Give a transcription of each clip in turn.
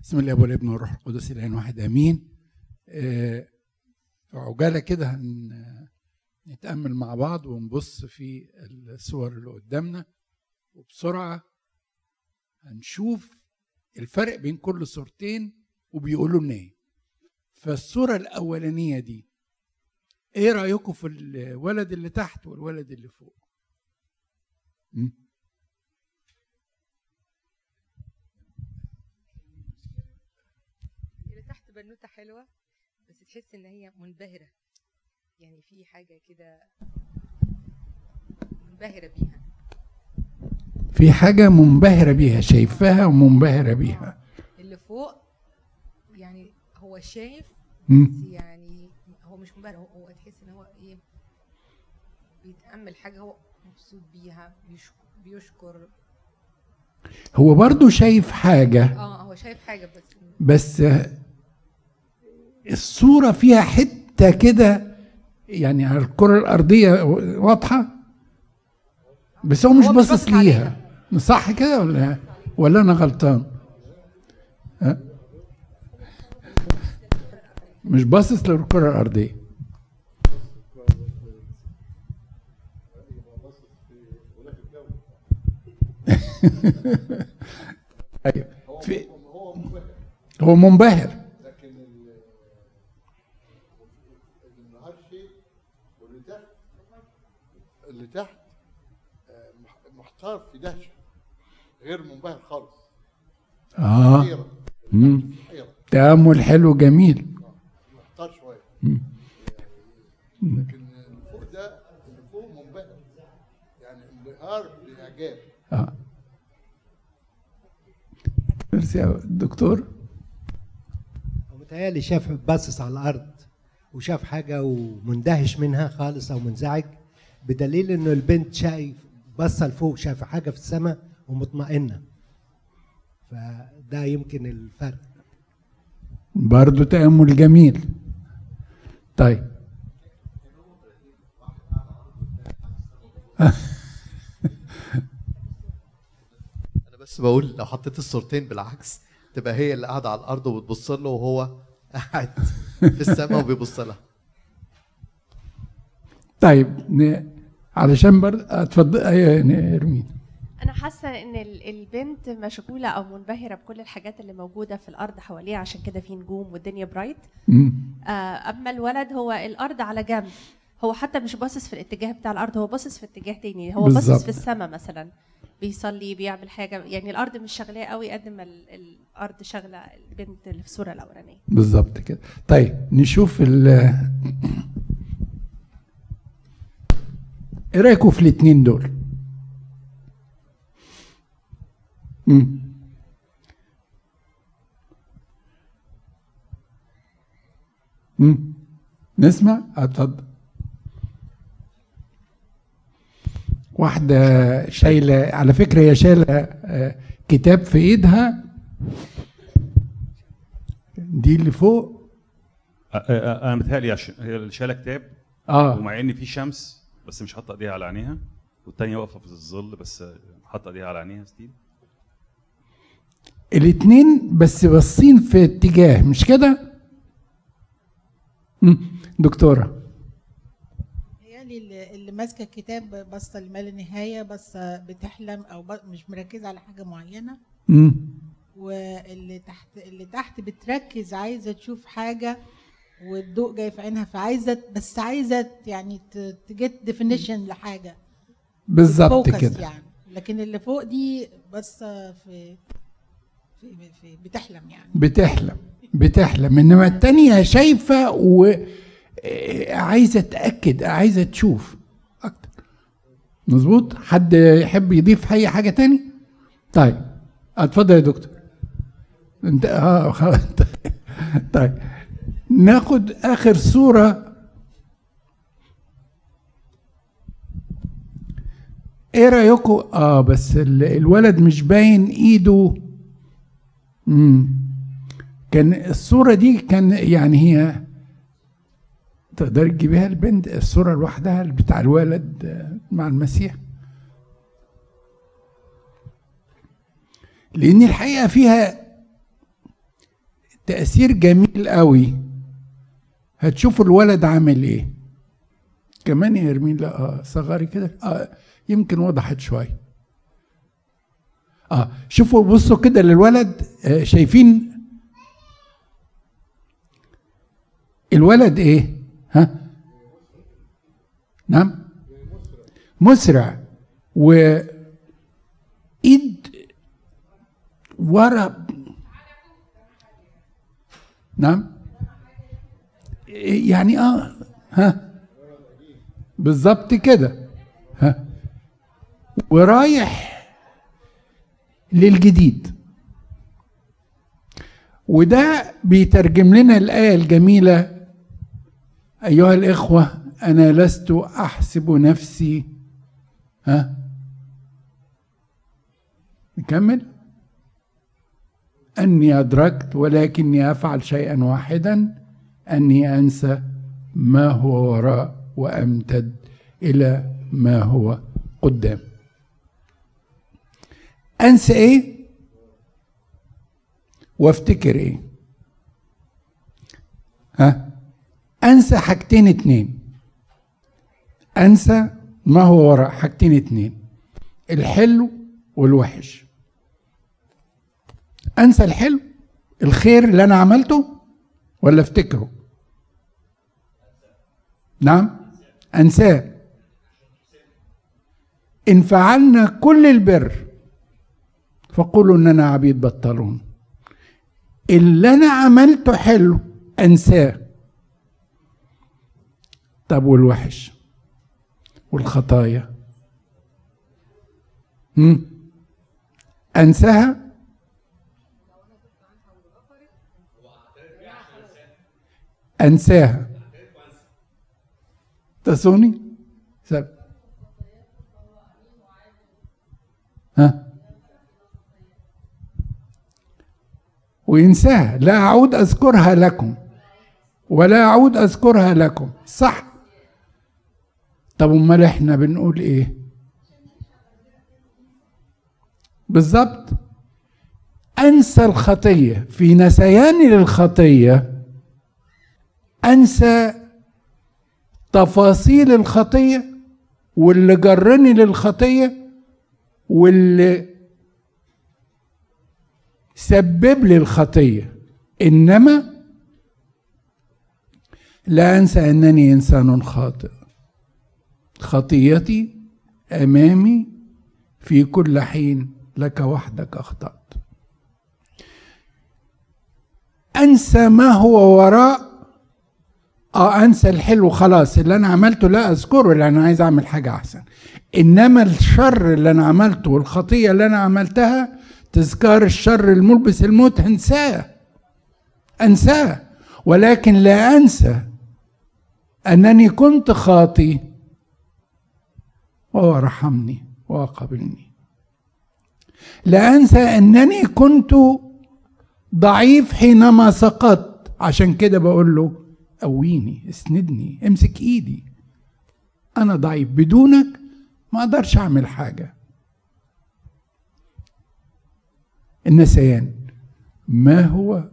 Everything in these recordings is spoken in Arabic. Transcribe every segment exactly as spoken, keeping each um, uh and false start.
بسم الله والابن والروح القدس الان واحد امين. آه عجاله كده نتامل مع بعض ونبص في الصور اللي قدامنا، وبسرعه هنشوف الفرق بين كل صورتين وبيقولوا لنا ايه. فالصوره الاولانيه دي ايه رايكم في الولد اللي تحت والولد اللي فوق؟ م? اللي تحت بنوته حلوه بس تحس ان هي منبهره، يعني في حاجه كده منبهره بيها، في حاجه منبهره بيها، شايفاها ومنبهره بيها. اللي فوق يعني هو شايف م? بس يعني هو مش منبهر، هو, هو تحس ان هو ايه، بيتامل حاجه هو مبسوط بيها، بيشكر, بيشكر هو برضو شايف حاجه. اه هو شايف حاجه بس بس الصورة فيها حتة كده يعني على الكرة الأرضية واضحة، بس هو مش هو باصص ليها. صح كده ولا ولا أنا غلطان؟ أه؟ مش باصص للكرة الأرضية. أيوه في هو منبهر، لكن النهار شيء واللي تحت اللي تحت محتار في دهشه، غير منبهر خالص. اه حيرة. حيرة. تأمل حلو جميل. محتار شويه يعني، لكن اللي فوق ده اللي فوق منبهر، يعني انبهار باعجاب. اه ميرسي يا دكتور. متهيألي شاف باصص على الأرض وشاف حاجة ومندهش منها خالص أو منزعج، بدليل إنه البنت شايف بصة لفوق، شاف حاجة في السماء ومطمئنة، فده يمكن الفرق. برضو تأمل جميل. طيب أنا بس بقول لو حطيت الصورتين بالعكس تبقى هي اللي قاعدة على الأرض وبتبص له وهو قاعد في السماء وبيبص لها. طيب ن... علشان برضه اتفضل. ايوه ارمين. انا حاسه ان البنت مشغوله او منبهره بكل الحاجات اللي موجوده في الارض حواليها، عشان كده في نجوم والدنيا برايت. آه اما الولد هو الارض على جنب، هو حتى مش باصص في الاتجاه بتاع الارض، هو باصص في اتجاه تاني، هو باصص في السماء مثلا، بيصلي بيعمل حاجه، يعني الارض مش شغلاه قوي قد ما الارض شغله البنت اللي في الصوره الاولانيه. بالظبط كده. طيب نشوف ال ايه رايكم في الاثنين دول؟ امم امم نسمع. اتفضل. واحده شايله، على فكره هي شايله كتاب في ايدها، دي اللي فوق. انا متهيألي هي اللي شايله كتاب، اه ومع ان في شمس بس مش حاطه ايديها على عينيها، والتانيه واقفه في الظل بس حاطه ايديها على عينيها. ستيل الاثنين بس باصين في اتجاه، مش كده؟ دكتوره يعني اللي, اللي ماسكه الكتاب باصه لما لا نهايه، بس بتحلم او مش مركزه على حاجه معينه. امم واللي تحت اللي تحت بتركز، عايزه تشوف حاجه والضوء جاي في عينها، فعايزه بس عايزه يعني تجيت ديفينيشن لحاجه بالظبط كده يعني. لكن اللي فوق دي بس في في, في بتحلم يعني بتحلم بتحلم انما التانية شايفه وعايزه تاكد، عايزه تشوف اكتر. مظبوط. حد يحب يضيف اي حاجه تاني؟ طيب اتفضل يا دكتور. انت اه خلاص. طيب ناخد اخر صورة. ايه رأيكم؟ اه بس الولد مش باين ايده. امم كان الصورة دي كان يعني هي تقدر تجيبها البنت الصورة لوحدها بتاع الولد مع المسيح؟ لان الحقيقة فيها تأثير جميل قوي. هتشوفوا الولد عامل ايه. كمان يا ارمين، لا اه صغري كده، اه يمكن وضحت شويه. اه شوفوا بصوا كده للولد، آه شايفين الولد ايه؟ ها نعم مسرع، وايد ورا. نعم يعني اه ها بالظبط كده، ها ورايح للجديد. وده بيترجم لنا الآية الجميلة: أيها الإخوة أنا لست أحسب نفسي. ها نكمل. أني أدركت، ولكني أفعل شيئا واحدا، أني أنسى ما هو وراء وأمتد إلى ما هو قدام. أنسى إيه وافتكر إيه؟ ها أنسى حاجتين اتنين. أنسى ما هو وراء حاجتين اتنين: الحلو والوحش. أنسى الحلو، الخير اللي أنا عملته، ولا افتكره؟ نعم أنساه. إن فعلنا كل البر فقولوا إننا عبيد بطلون. اللي أنا عملته حلو أنساه. طب والوحش والخطايا هم؟ أنساها؟ أنساها. تسوني سب. ها وينساها. لا أعود أذكرها لكم ولا أعود أذكرها لكم. صح. طب امال احنا بنقول ايه بالظبط؟ أنسى الخطية. في نسياني للخطية أنسى تفاصيل الخطية واللي جرني للخطية واللي سبب لي الخطية، إنما لا أنسى أنني إنسان خاطئ. خطيتي أمامي في كل حين، لك وحدك أخطأت. أنسى ما هو وراء. اه انسى الحلو خلاص، اللي انا عملته لا اذكره لان انا عايز اعمل حاجه احسن. انما الشر اللي انا عملته والخطيه اللي انا عملتها، تذكار الشر الملبس الموت، انساه انساه. ولكن لا انسى انني كنت خاطي وهو رحمني وقبلني. لا انسى انني كنت ضعيف حينما سقطت، عشان كده بقول له قويني، اسندني، امسك ايدي، انا ضعيف، بدونك ما اقدرش اعمل حاجه. النسيان ما هو،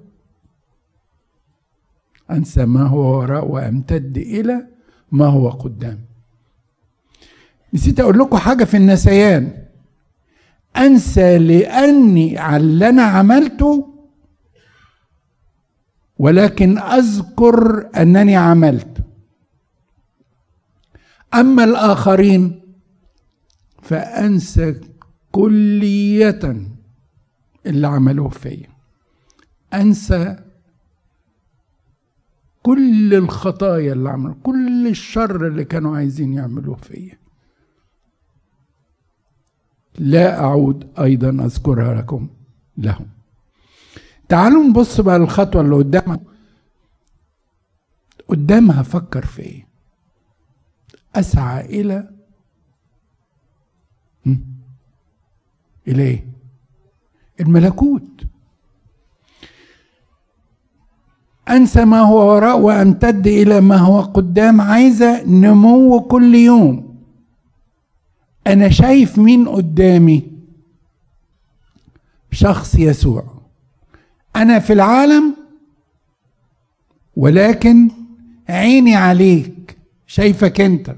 انسى ما هو وراء وامتد الى ما هو قدام. نسيت اقول لكم حاجه في النسيان: انسى لاني على اللي انا عملته، ولكن أذكر أنني عملت. أما الآخرين فأنسى كلية اللي عملوه فيا. أنسى كل الخطايا اللي عملوه، كل الشر اللي كانوا عايزين يعملوه فيا. لا أعود أيضا أذكرها لكم لهم. تعالوا نبص بقى الخطوة اللي قدامها. قدامها فكر في ايه؟ اسعى الى الى ايه؟ الملكوت. انسى ما هو وراء وامتد الى ما هو قدام. عايزة نمو كل يوم. انا شايف مين قدامي؟ شخص يسوع. أنا في العالم ولكن عيني عليك، شايفك انت.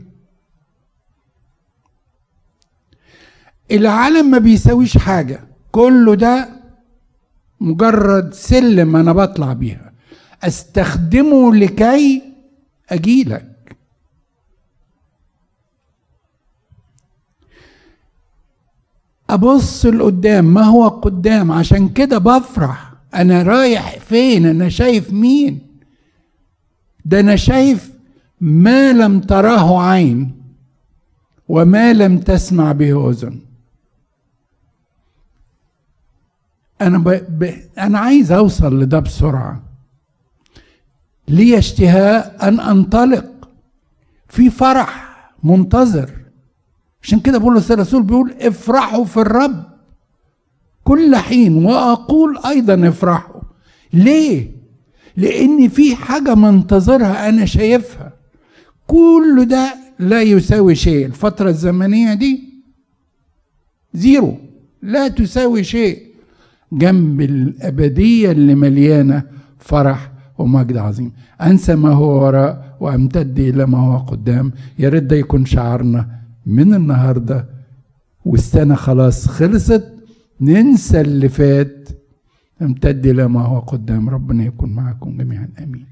العالم ما بيساويش حاجة، كله ده مجرد سلم انا بطلع بيها، استخدمه لكي اجيلك. ابص لقدام، ما هو قدام، عشان كده بفرح. انا رايح فين؟ انا شايف مين؟ ده انا شايف ما لم تراه عين وما لم تسمع به اذن. انا ب... ب... انا عايز اوصل لده بسرعه. لي اشتهاء ان انطلق، في فرح منتظر. عشان كده بولس الرسول بيقول افرحوا في الرب كل حين، واقول ايضا افرحوا. ليه؟ لان في حاجه منتظرها انا شايفها. كل ده لا يساوي شيء، الفتره الزمنيه دي زيرو، لا تساوي شيء جنب الابديه اللي مليانه فرح ومجد عظيم. انسى ما هو وراء وامتد الى ما هو قدام. يا ريت ده يكون شعارنا من النهارده، والسنه خلاص خلصت، ننسى اللي فات، امتد الى ما هو قدام. ربنا يكون معكم جميعا، امين.